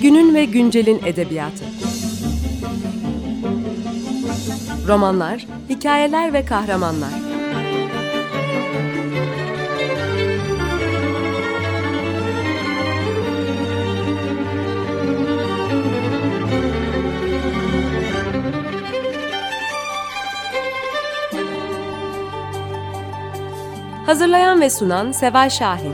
Günün ve güncelin edebiyatı. Romanlar, hikayeler ve kahramanlar. Hazırlayan ve sunan Seval Şahin.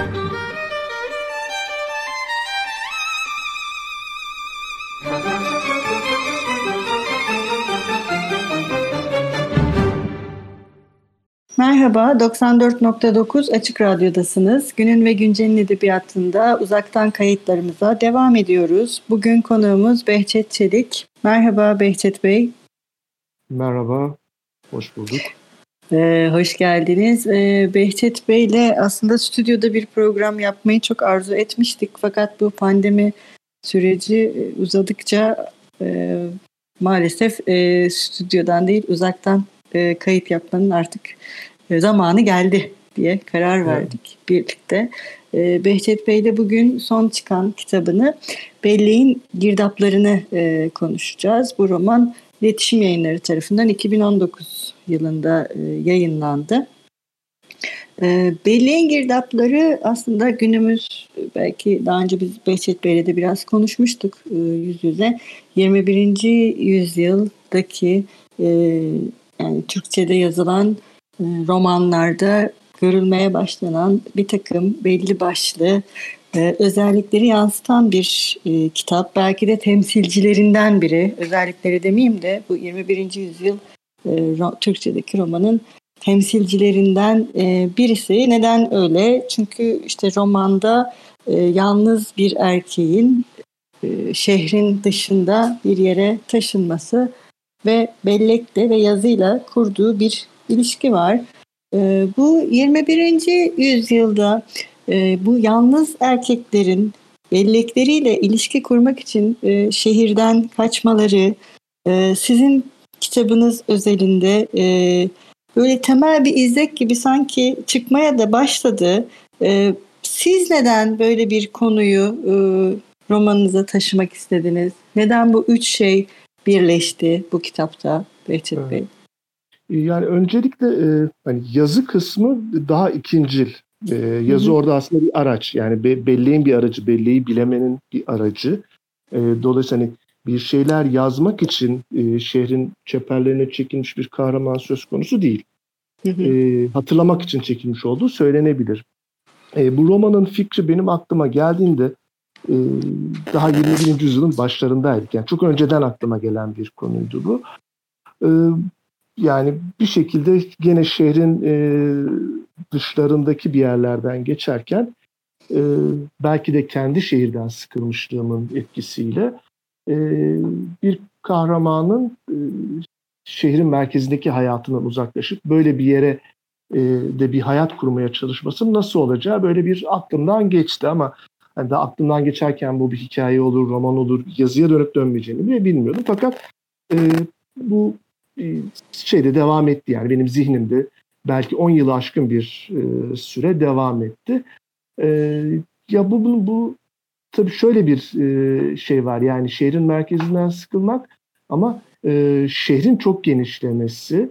Merhaba, 94.9 Açık Radyo'dasınız. Günün ve Güncel'in edebiyatında uzaktan kayıtlarımıza devam ediyoruz. Bugün konuğumuz Behçet Çelik. Merhaba Behçet Bey. Merhaba, hoş bulduk. Hoş geldiniz. Behçet Bey'le aslında stüdyoda bir program yapmayı çok arzu etmiştik. Fakat bu pandemi süreci uzadıkça maalesef stüdyodan değil uzaktan kayıt yapmanın artık zamanı geldi diye karar verdik birlikte. Behçet Bey'le bugün son çıkan kitabını Belleğin Girdaplarını konuşacağız. Bu roman İletişim Yayınları tarafından 2019 yılında yayınlandı. Belleğin Girdapları aslında günümüz, belki daha önce biz Behçet Bey'le de biraz konuşmuştuk yüz yüze. 21. yüzyıldaki yani Türkçe'de yazılan romanlarda görülmeye başlanan bir takım belli başlı özellikleri yansıtan bir kitap. Belki de temsilcilerinden biri, özellikleri demeyeyim de bu 21. yüzyıl Türkçedeki romanın temsilcilerinden birisi. Neden öyle? Çünkü işte romanda yalnız bir erkeğin şehrin dışında bir yere taşınması ve bellekle ve yazıyla kurduğu bir ilişki var. Bu 21. yüzyılda bu yalnız erkeklerin bellekleriyle ilişki kurmak için şehirden kaçmaları, sizin kitabınız özelinde böyle temel bir izlek gibi sanki çıkmaya da başladı. Siz neden böyle bir konuyu romanınıza taşımak istediniz? Neden bu üç şey birleşti bu kitapta Behçet Bey? Yani öncelikle hani yazı kısmı daha ikincil. Yazı orada aslında bir araç. Yani belleğin bir aracı, belleği bilemenin bir aracı. Dolayısıyla hani bir şeyler yazmak için şehrin çeperlerine çekilmiş bir kahraman söz konusu değil. Hatırlamak için çekilmiş olduğu söylenebilir. Bu romanın fikri benim aklıma geldiğinde daha 21. yüzyılın başlarındaydık. Yani çok önceden aklıma gelen bir konuydu bu. Yani bir şekilde gene şehrin dışlarındaki bir yerlerden geçerken belki de kendi şehirden sıkılmışlığımın etkisiyle bir kahramanın şehrin merkezindeki hayatından uzaklaşıp böyle bir yere de bir hayat kurmaya çalışması nasıl olacağı böyle bir aklımdan geçti ama yani daha aklımdan geçerken bu bir hikaye olur, roman olur, yazıya dönüp dönmeyeceğini bile bilmiyordum. Fakat bu şeyde devam etti, yani benim zihnimde belki 10 yılı aşkın bir süre devam etti. Ya bu tabii şöyle bir şey var, yani şehrin merkezinden sıkılmak ama şehrin çok genişlemesi,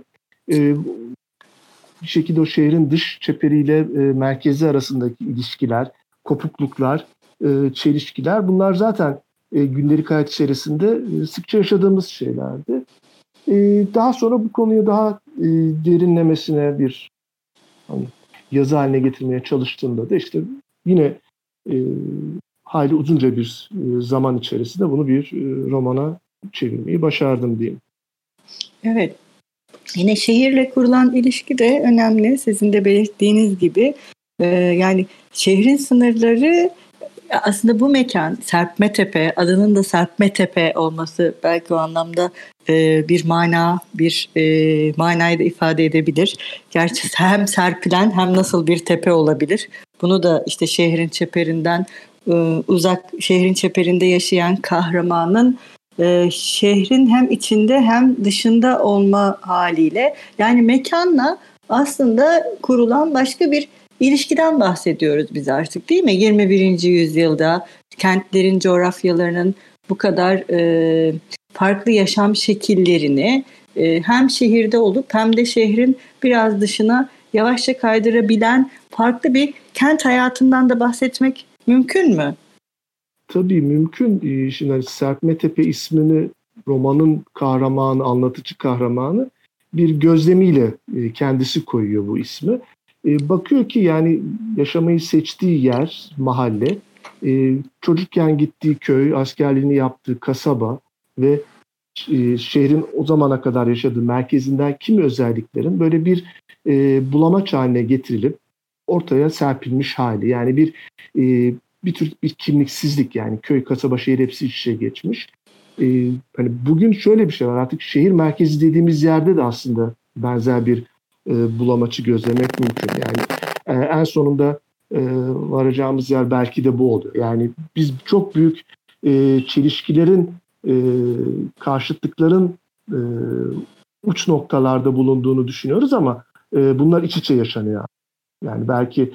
bir şekilde o şehrin dış çeperiyle merkezi arasındaki ilişkiler, kopukluklar, çelişkiler, bunlar zaten gündelik hayat içerisinde sıkça yaşadığımız şeylerdi. Daha sonra bu konuyu daha derinlemesine bir yazı haline getirmeye çalıştığımda da işte yine hayli uzunca bir zaman içerisinde bunu bir romana çevirmeyi başardım diyeyim. Evet. Yine şehirle kurulan ilişki de önemli. Sizin de belirttiğiniz gibi. Yani şehrin sınırları aslında bu mekan Serpmetepe, adının da Serpmetepe olması belki o anlamda bir manayı da ifade edebilir. Gerçi hem serpilen hem nasıl bir tepe olabilir. Bunu da işte şehrin çeperinden uzak, şehrin çeperinde yaşayan kahramanın şehrin hem içinde hem dışında olma haliyle, yani mekanla aslında kurulan başka bir ilişkiden bahsediyoruz biz artık, değil mi? 21. yüzyılda kentlerin coğrafyalarının bu kadar farklı yaşam şekillerini hem şehirde olup hem de şehrin biraz dışına yavaşça kaydırabilen farklı bir kent hayatından da bahsetmek mümkün mü? Tabii mümkün. Şimdi hani Serpmetepe ismini romanın kahramanı, anlatıcı kahramanı bir gözlemiyle kendisi koyuyor bu ismi. Bakıyor ki yani yaşamayı seçtiği yer, mahalle, çocukken gittiği köy, askerliğini yaptığı kasaba ve şehrin o zamana kadar yaşadığı merkezinden kimi özelliklerin böyle bir bulamaç haline getirilip ortaya serpilmiş hali. Yani bir tür bir kimliksizlik, yani köy, kasaba, şehir hepsi iç içe geçmiş. Hani bugün şöyle bir şey var, artık şehir merkezi dediğimiz yerde de aslında benzer bir bulamaçı gözlemek mümkün. Yani en sonunda varacağımız yer belki de bu oluyor. Yani biz çok büyük çelişkilerin, karşıtlıkların uç noktalarda bulunduğunu düşünüyoruz ama bunlar iç içe yaşanıyor. Yani belki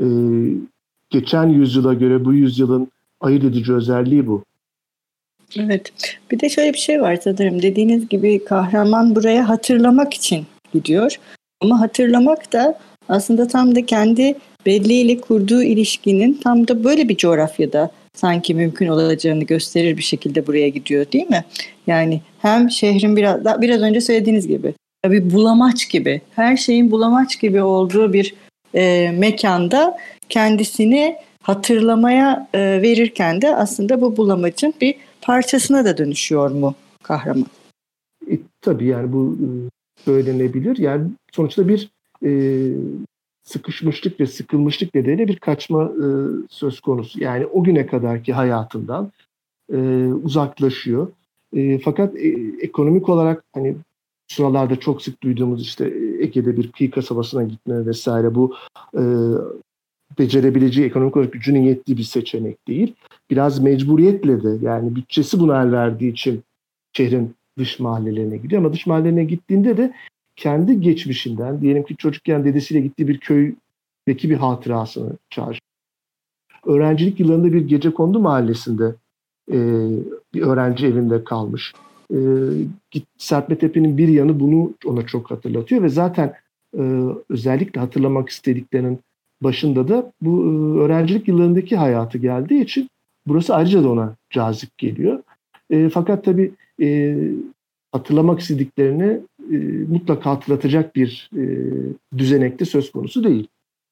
geçen yüzyıla göre bu yüzyılın ayırt edici özelliği bu. Evet. Bir de şöyle bir şey var sanırım. Dediğiniz gibi kahraman buraya hatırlamak için gidiyor. Ama hatırlamak da aslında tam da kendi belleğiyle kurduğu ilişkinin tam da böyle bir coğrafyada sanki mümkün olacağını gösterir bir şekilde buraya gidiyor, değil mi? Yani hem şehrin biraz önce söylediğiniz gibi bir bulamaç gibi, her şeyin bulamaç gibi olduğu bir mekanda kendisini hatırlamaya verirken de aslında bu bulamacın bir parçasına da dönüşüyor mu kahraman? Tabii yani bu söylenebilir. Yani sonuçta bir sıkışmışlık ve sıkılmışlık nedeniyle bir kaçma söz konusu. Yani o güne kadarki hayatından uzaklaşıyor. Fakat ekonomik olarak hani sıralarda çok sık duyduğumuz işte Ege'de bir kıyı kasabasına gitme vesaire, bu becerebileceği, ekonomik olarak gücünün yettiği bir seçenek değil. Biraz mecburiyetle de, yani bütçesi buna el verdiği için şehrin dış mahallelerine gidiyor. Ama dış mahallelerine gittiğinde de kendi geçmişinden, diyelim ki çocukken dedesiyle gittiği bir köydeki bir hatırasını çağrıştırıyor. Öğrencilik yıllarında bir Gecekondu mahallesinde bir öğrenci evinde kalmış. Serpmetepe'nin bir yanı bunu ona çok hatırlatıyor ve zaten özellikle hatırlamak istediklerinin başında da bu öğrencilik yıllarındaki hayatı geldiği için burası ayrıca da ona cazip geliyor. Fakat tabii hatırlamak istediklerini mutlaka hatırlatacak bir düzenekte söz konusu değil.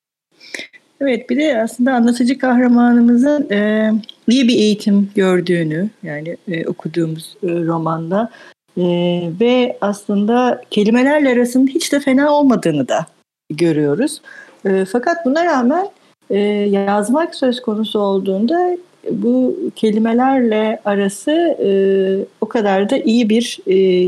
Evet, bir de aslında anlatıcı kahramanımızın iyi bir eğitim gördüğünü, yani okuduğumuz romanda ve aslında kelimelerle arasının hiç de fena olmadığını da görüyoruz. Fakat buna rağmen yazmak söz konusu olduğunda bu kelimelerle arası o kadar da iyi bir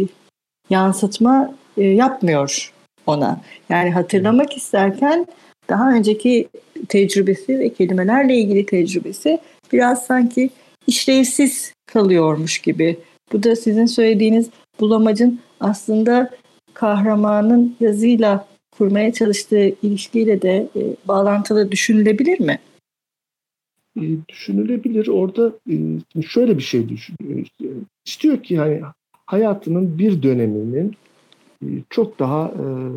yansıtma yapmıyor ona. Yani hatırlamak isterken daha önceki tecrübesi ve kelimelerle ilgili tecrübesi biraz sanki işlevsiz kalıyormuş gibi. Bu da sizin söylediğiniz bulamacın aslında kahramanın yazıyla kurmaya çalıştığı ilişkiyle de bağlantılı düşünülebilir mi? Düşünülebilir. Orada şöyle bir şey düşünüyor. İstiyor ki yani hayatının bir döneminin çok daha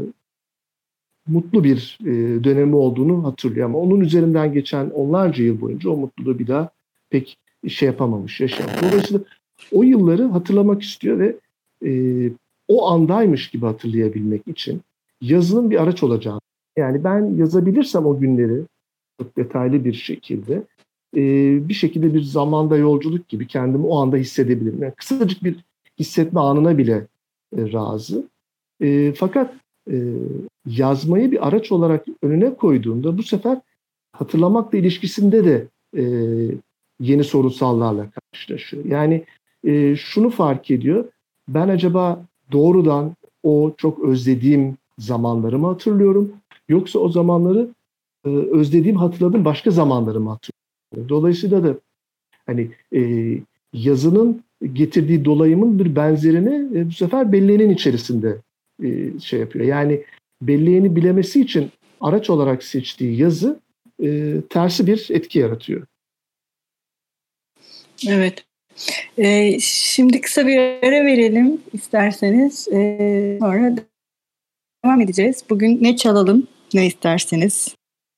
mutlu bir dönemi olduğunu hatırlıyor. Ama onun üzerinden geçen onlarca yıl boyunca o mutluluğu bir daha pek yapamamış, yaşamamış. Dolayısıyla o yılları hatırlamak istiyor ve o andaymış gibi hatırlayabilmek için yazının bir araç olacağını. Yani ben yazabilirsem o günleri çok detaylı bir şekilde bir şekilde bir zamanda yolculuk gibi kendimi o anda hissedebilirim. Yani kısacık bir hissetme anına bile razı. Fakat yazmayı bir araç olarak önüne koyduğunda bu sefer hatırlamakla ilişkisinde de yeni sorunsallarla karşılaşıyor. Yani şunu fark ediyor. Ben acaba doğrudan o çok özlediğim zamanlarımı hatırlıyorum. Yoksa o zamanları özlediğim, hatırladığım başka zamanlarımı hatırlıyorum. Dolayısıyla da hani yazının getirdiği dolayımın bir benzerini bu sefer belleğinin içerisinde yapıyor. Yani belleğini bilemesi için araç olarak seçtiği yazı tersi bir etki yaratıyor. Evet. Şimdi kısa bir ara verelim isterseniz. Sonra devam edeceğiz. Bugün ne çalalım, ne isterseniz?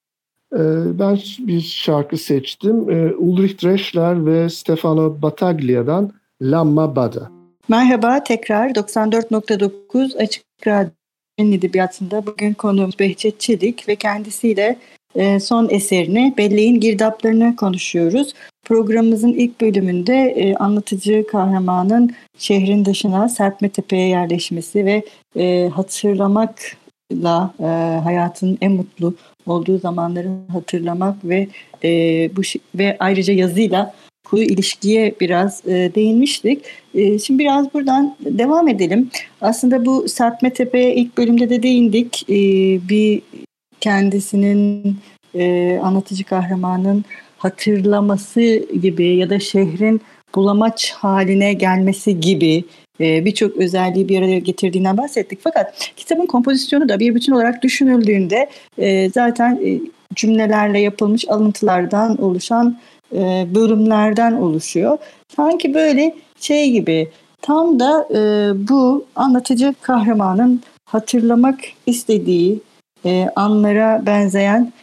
Ben bir şarkı seçtim. Ulrich Dreschler ve Stefano Battaglia'dan Lamma Bada. Merhaba, tekrar 94.9 Açık Radyo'nun edebiyatında bugün konuğumuz Behçet Çelik ve kendisiyle son eserini Belleğin Girdaplarını konuşuyoruz. Programımızın ilk bölümünde anlatıcı kahramanın şehrin dışına Serpmetepe'ye yerleşmesi ve hatırlamakla hayatın en mutlu olduğu zamanları hatırlamak ve ve ayrıca yazıyla kurduğu ilişkiye biraz değinmiştik. Şimdi biraz buradan devam edelim. Aslında bu Serpmetepe'ye ilk bölümde de değindik. Bir kendisinin anlatıcı kahramanın hatırlaması gibi ya da şehrin bulamaç haline gelmesi gibi birçok özelliği bir araya getirdiğinden bahsettik. Fakat kitabın kompozisyonu da bir bütün olarak düşünüldüğünde zaten cümlelerle yapılmış alıntılardan oluşan bölümlerden oluşuyor. Sanki böyle şey gibi tam da bu anlatıcı kahramanın hatırlamak istediği anlara benzeyen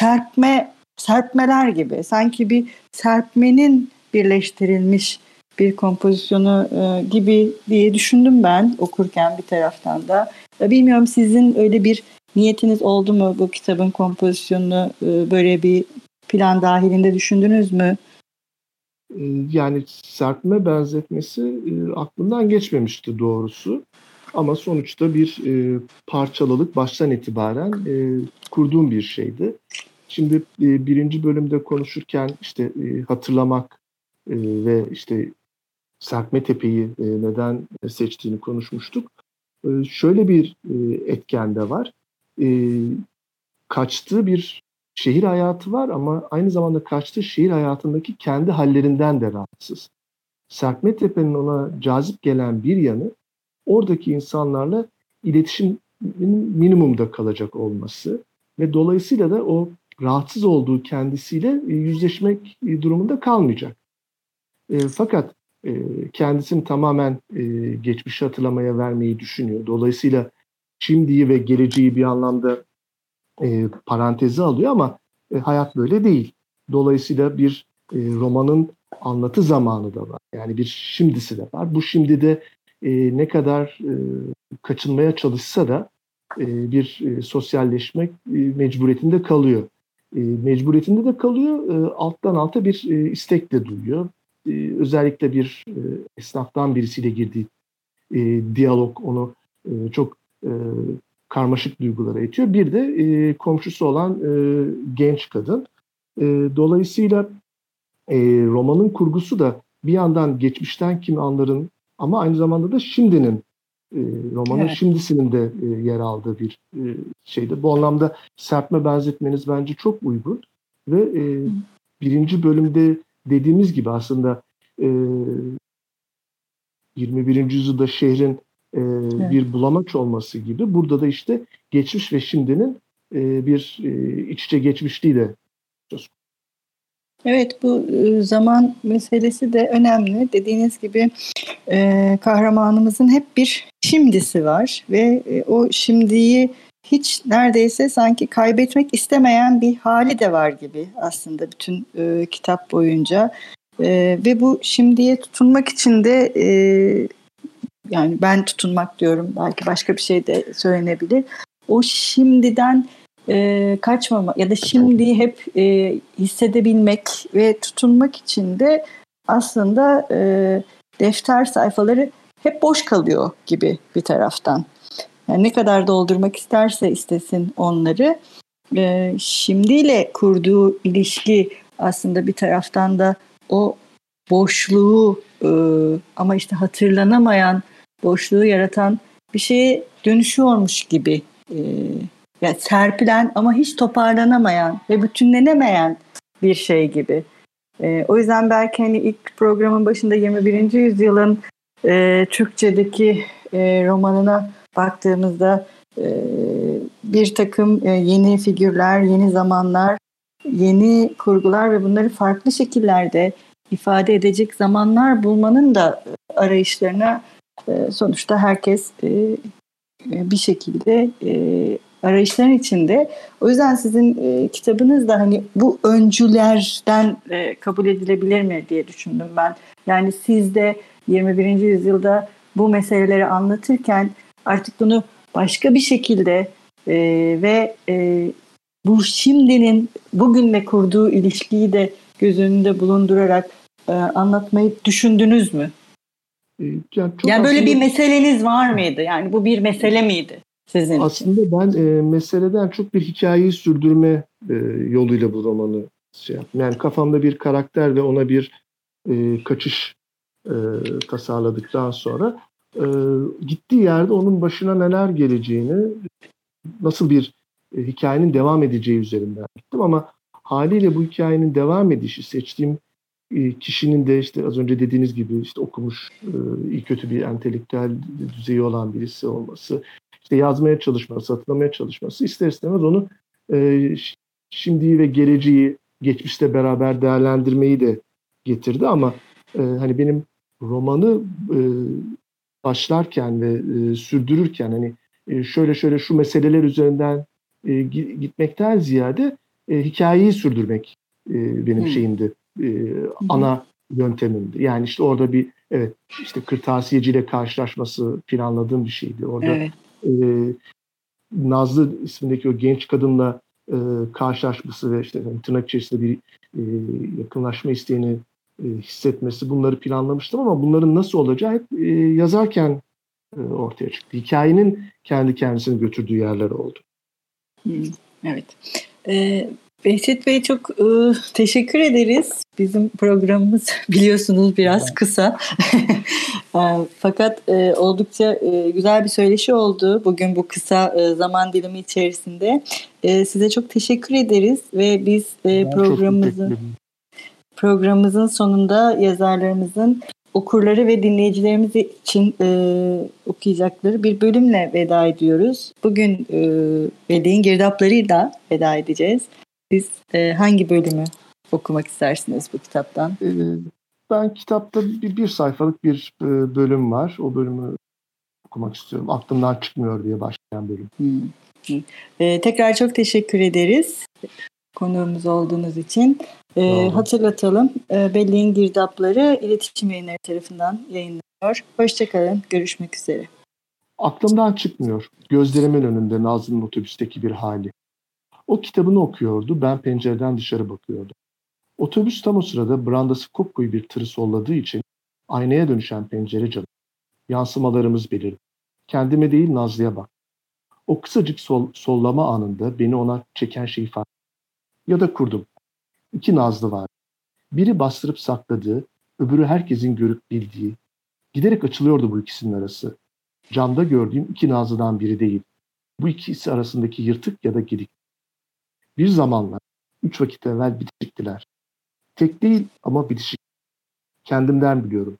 serpmeler gibi. Sanki bir serpmenin birleştirilmiş bir kompozisyonu gibi diye düşündüm ben okurken bir taraftan da. Bilmiyorum sizin öyle bir niyetiniz oldu mu bu kitabın kompozisyonunu böyle bir plan dahilinde düşündünüz mü? Yani serpme benzetmesi aklımdan geçmemişti doğrusu. Ama sonuçta bir parçalılık baştan itibaren kurduğum bir şeydi. Şimdi birinci bölümde konuşurken işte hatırlamak ve işte Serpmetepe'yi neden seçtiğini konuşmuştuk. Şöyle bir etken de var. Kaçtığı bir şehir hayatı var ama aynı zamanda kaçtığı şehir hayatındaki kendi hallerinden de rahatsız. Serpmetepe'nin ona cazip gelen bir yanı oradaki insanlarla iletişimin minimumda kalacak olması ve dolayısıyla da o rahatsız olduğu kendisiyle yüzleşmek durumunda kalmayacak. Fakat kendisini tamamen geçmişi hatırlamaya vermeyi düşünüyor. Dolayısıyla şimdiyi ve geleceği bir anlamda paranteze alıyor ama hayat böyle değil. Dolayısıyla bir romanın anlatı zamanı da var. Yani bir şimdisi de var. Bu şimdide ne kadar kaçınmaya çalışsa da bir sosyalleşmek mecburiyetinde kalıyor. Mecburiyetinde de kalıyor. Alttan alta bir istek de duyuyor. Özellikle bir esnaftan birisiyle girdiği diyalog onu çok karmaşık duygulara itiyor. Bir de komşusu olan genç kadın. Dolayısıyla romanın kurgusu da bir yandan geçmişten kimi anların ama aynı zamanda da şimdinin romanın şimdisinin de yer aldığı bir şeydi. Bu anlamda serpme benzetmeniz bence çok uygun ve birinci bölümde dediğimiz gibi aslında 21. yüzyılda şehrin bir bulamaç olması gibi burada da işte geçmiş ve şimdinin bir iç içe geçmişliği de söz. Evet, bu zaman meselesi de önemli. Dediğiniz gibi kahramanımızın hep bir şimdisi var ve o şimdiyi hiç neredeyse sanki kaybetmek istemeyen bir hali de var gibi aslında bütün kitap boyunca. Ve bu şimdiye tutunmak için de yani ben tutunmak diyorum, belki başka bir şey de söylenebilir. O şimdiden kaçmama ya da şimdi hep hissedebilmek ve tutunmak için de aslında defter sayfaları hep boş kalıyor gibi bir taraftan. Yani ne kadar doldurmak isterse istesin onları, şimdiyle kurduğu ilişki aslında bir taraftan da o boşluğu ama işte hatırlanamayan boşluğu yaratan bir şeye dönüşüyormuş gibi. Yani serpilen ama hiç toparlanamayan ve bütünlenemeyen bir şey gibi. O yüzden belki hani ilk programın başında 21. yüzyılın Türkçedeki romanına baktığımızda bir takım yeni figürler, yeni zamanlar, yeni kurgular ve bunları farklı şekillerde ifade edecek zamanlar bulmanın da arayışlarına sonuçta herkes bir şekilde arayışların içinde. O yüzden sizin kitabınız da hani bu öncülerden kabul edilebilir mi diye düşündüm ben. Yani siz de 21. yüzyılda bu meseleleri anlatırken artık bunu başka bir şekilde ve bu şimdinin bugünle kurduğu ilişkiyi de göz önünde bulundurarak anlatmayı düşündünüz mü? Yani böyle bir meseleniz var mıydı? Yani bu bir mesele miydi sizin için? Aslında ben meseleden çok bir hikayeyi sürdürme yoluyla bu romanı yaptım. Yani kafamda bir karakter ve ona bir kaçış tasarladıktan sonra gittiği yerde onun başına neler geleceğini, nasıl bir hikayenin devam edeceği üzerinden gittim. Ama haliyle bu hikayenin devam edişi, seçtiğim kişinin de işte az önce dediğiniz gibi işte okumuş, iyi kötü bir entelektüel düzeyi olan birisi olması, işte yazmaya çalışması, hatırlamaya çalışması ister istemez onu şimdiyi ve geleceği geçmişte beraber değerlendirmeyi de getirdi. Ama hani benim romanı başlarken ve sürdürürken hani şöyle şu meseleler üzerinden gitmekten ziyade hikayeyi sürdürmek benim şeyimdi. Ana yöntemimdi. Yani işte orada bir işte kırtasiyeciyle karşılaşması planladığım bir şeydi. Orada Nazlı ismindeki o genç kadınla karşılaşması ve işte tırnak içerisinde bir yakınlaşma isteğini hissetmesi, bunları planlamıştım ama bunların nasıl olacağı hep yazarken ortaya çıktı. Hikayenin kendi kendisini götürdüğü yerler oldu. Evet. Behçet Bey çok teşekkür ederiz. Bizim programımız biliyorsunuz biraz kısa. Fakat oldukça güzel bir söyleşi oldu bugün bu kısa zaman dilimi içerisinde. Size çok teşekkür ederiz ve biz programımızın sonunda yazarlarımızın okurları ve dinleyicilerimiz için okuyacakları bir bölümle veda ediyoruz. Bugün Belleğin Girdapları'yla veda edeceğiz. Siz hangi bölümü okumak istersiniz bu kitaptan? Ben kitapta bir sayfalık bir bölüm var. O bölümü okumak istiyorum. Aklımdan çıkmıyor diye başlayan bölüm. Tekrar çok teşekkür ederiz konuğumuz olduğunuz için. Hatırlatalım. Belleğin Girdapları İletişim Yayınları tarafından yayınlanıyor. Hoşçakalın. Görüşmek üzere. Aklımdan çıkmıyor. Gözlerimin önünde Nazlı'nın otobüsteki bir hali. O kitabını okuyordu. Ben pencereden dışarı bakıyordum. Otobüs tam o sırada brandası kopkoyu bir tırı solladığı için aynaya dönüşen pencere camı. Yansımalarımız belirdi. Kendime değil Nazlı'ya bak. O kısacık sollama anında beni ona çeken şeyi fark ettim. Ya da kurdum. 2 Nazlı var. Biri bastırıp sakladığı, öbürü herkesin görüp bildiği. Giderek açılıyordu bu ikisinin arası. Camda gördüğüm 2 Nazlı'dan biri değil. Bu ikisi arasındaki yırtık ya da gedik. Bir zamanlar 3 vakit evvel bitişiktiler. Tek değil ama bitişik. Kendimden biliyorum.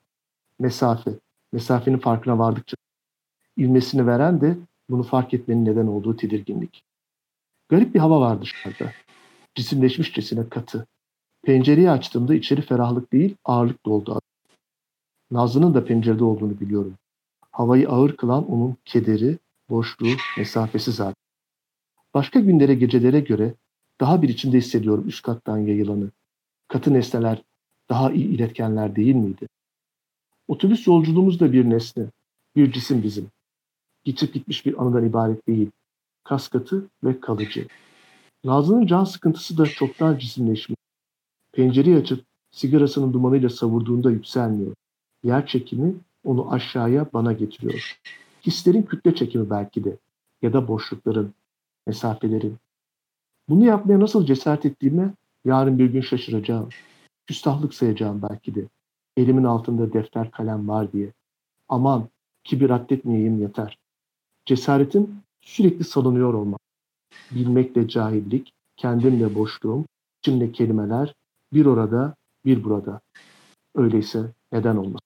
Mesafenin farkına vardıkça ivmesini veren de bunu fark etmenin neden olduğu tedirginlik. Garip bir hava var dışarıda. Cisimleşmişçesine katı. Pencereyi açtığımda içeri ferahlık değil, ağırlık doldu. Nazlı'nın da pencerede olduğunu biliyorum. Havayı ağır kılan onun kederi, boşluğu, mesafesi zaten. Başka günlere, gecelere göre daha bir içinde hissediyorum üst kattan yayılanı. Katı nesneler daha iyi iletkenler değil miydi? Otobüs yolculuğumuz da bir nesne, bir cisim bizim. Geçip gitmiş bir anıdan ibaret değil. Kaskatı ve kalıcı. Nazlı'nın can sıkıntısı da çoktan cisimleşmiş. Pencereyi açıp sigarasının dumanıyla savurduğunda yükselmiyor. Yer çekimi onu aşağıya bana getiriyor. Hislerin kütle çekimi belki de. Ya da boşlukların, mesafelerin. Bunu yapmaya nasıl cesaret ettiğime yarın bir gün şaşıracağım. Küstahlık sayacağım belki de. Elimin altında defter kalem var diye. Aman kibir addetmeyeyim yeter. Cesaretim sürekli salınıyor olmak. Bilmekle cahillik, kendimle boşluğum, içimle kelimeler, bir orada, bir burada. Öyleyse neden olmaz?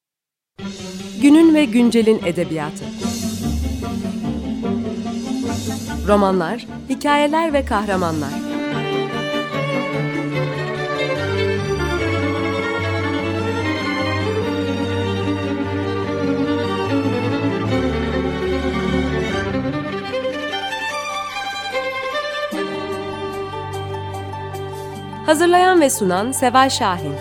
Günün ve güncelin edebiyatı. Romanlar, hikayeler ve kahramanlar. Hazırlayan ve sunan Seval Şahin.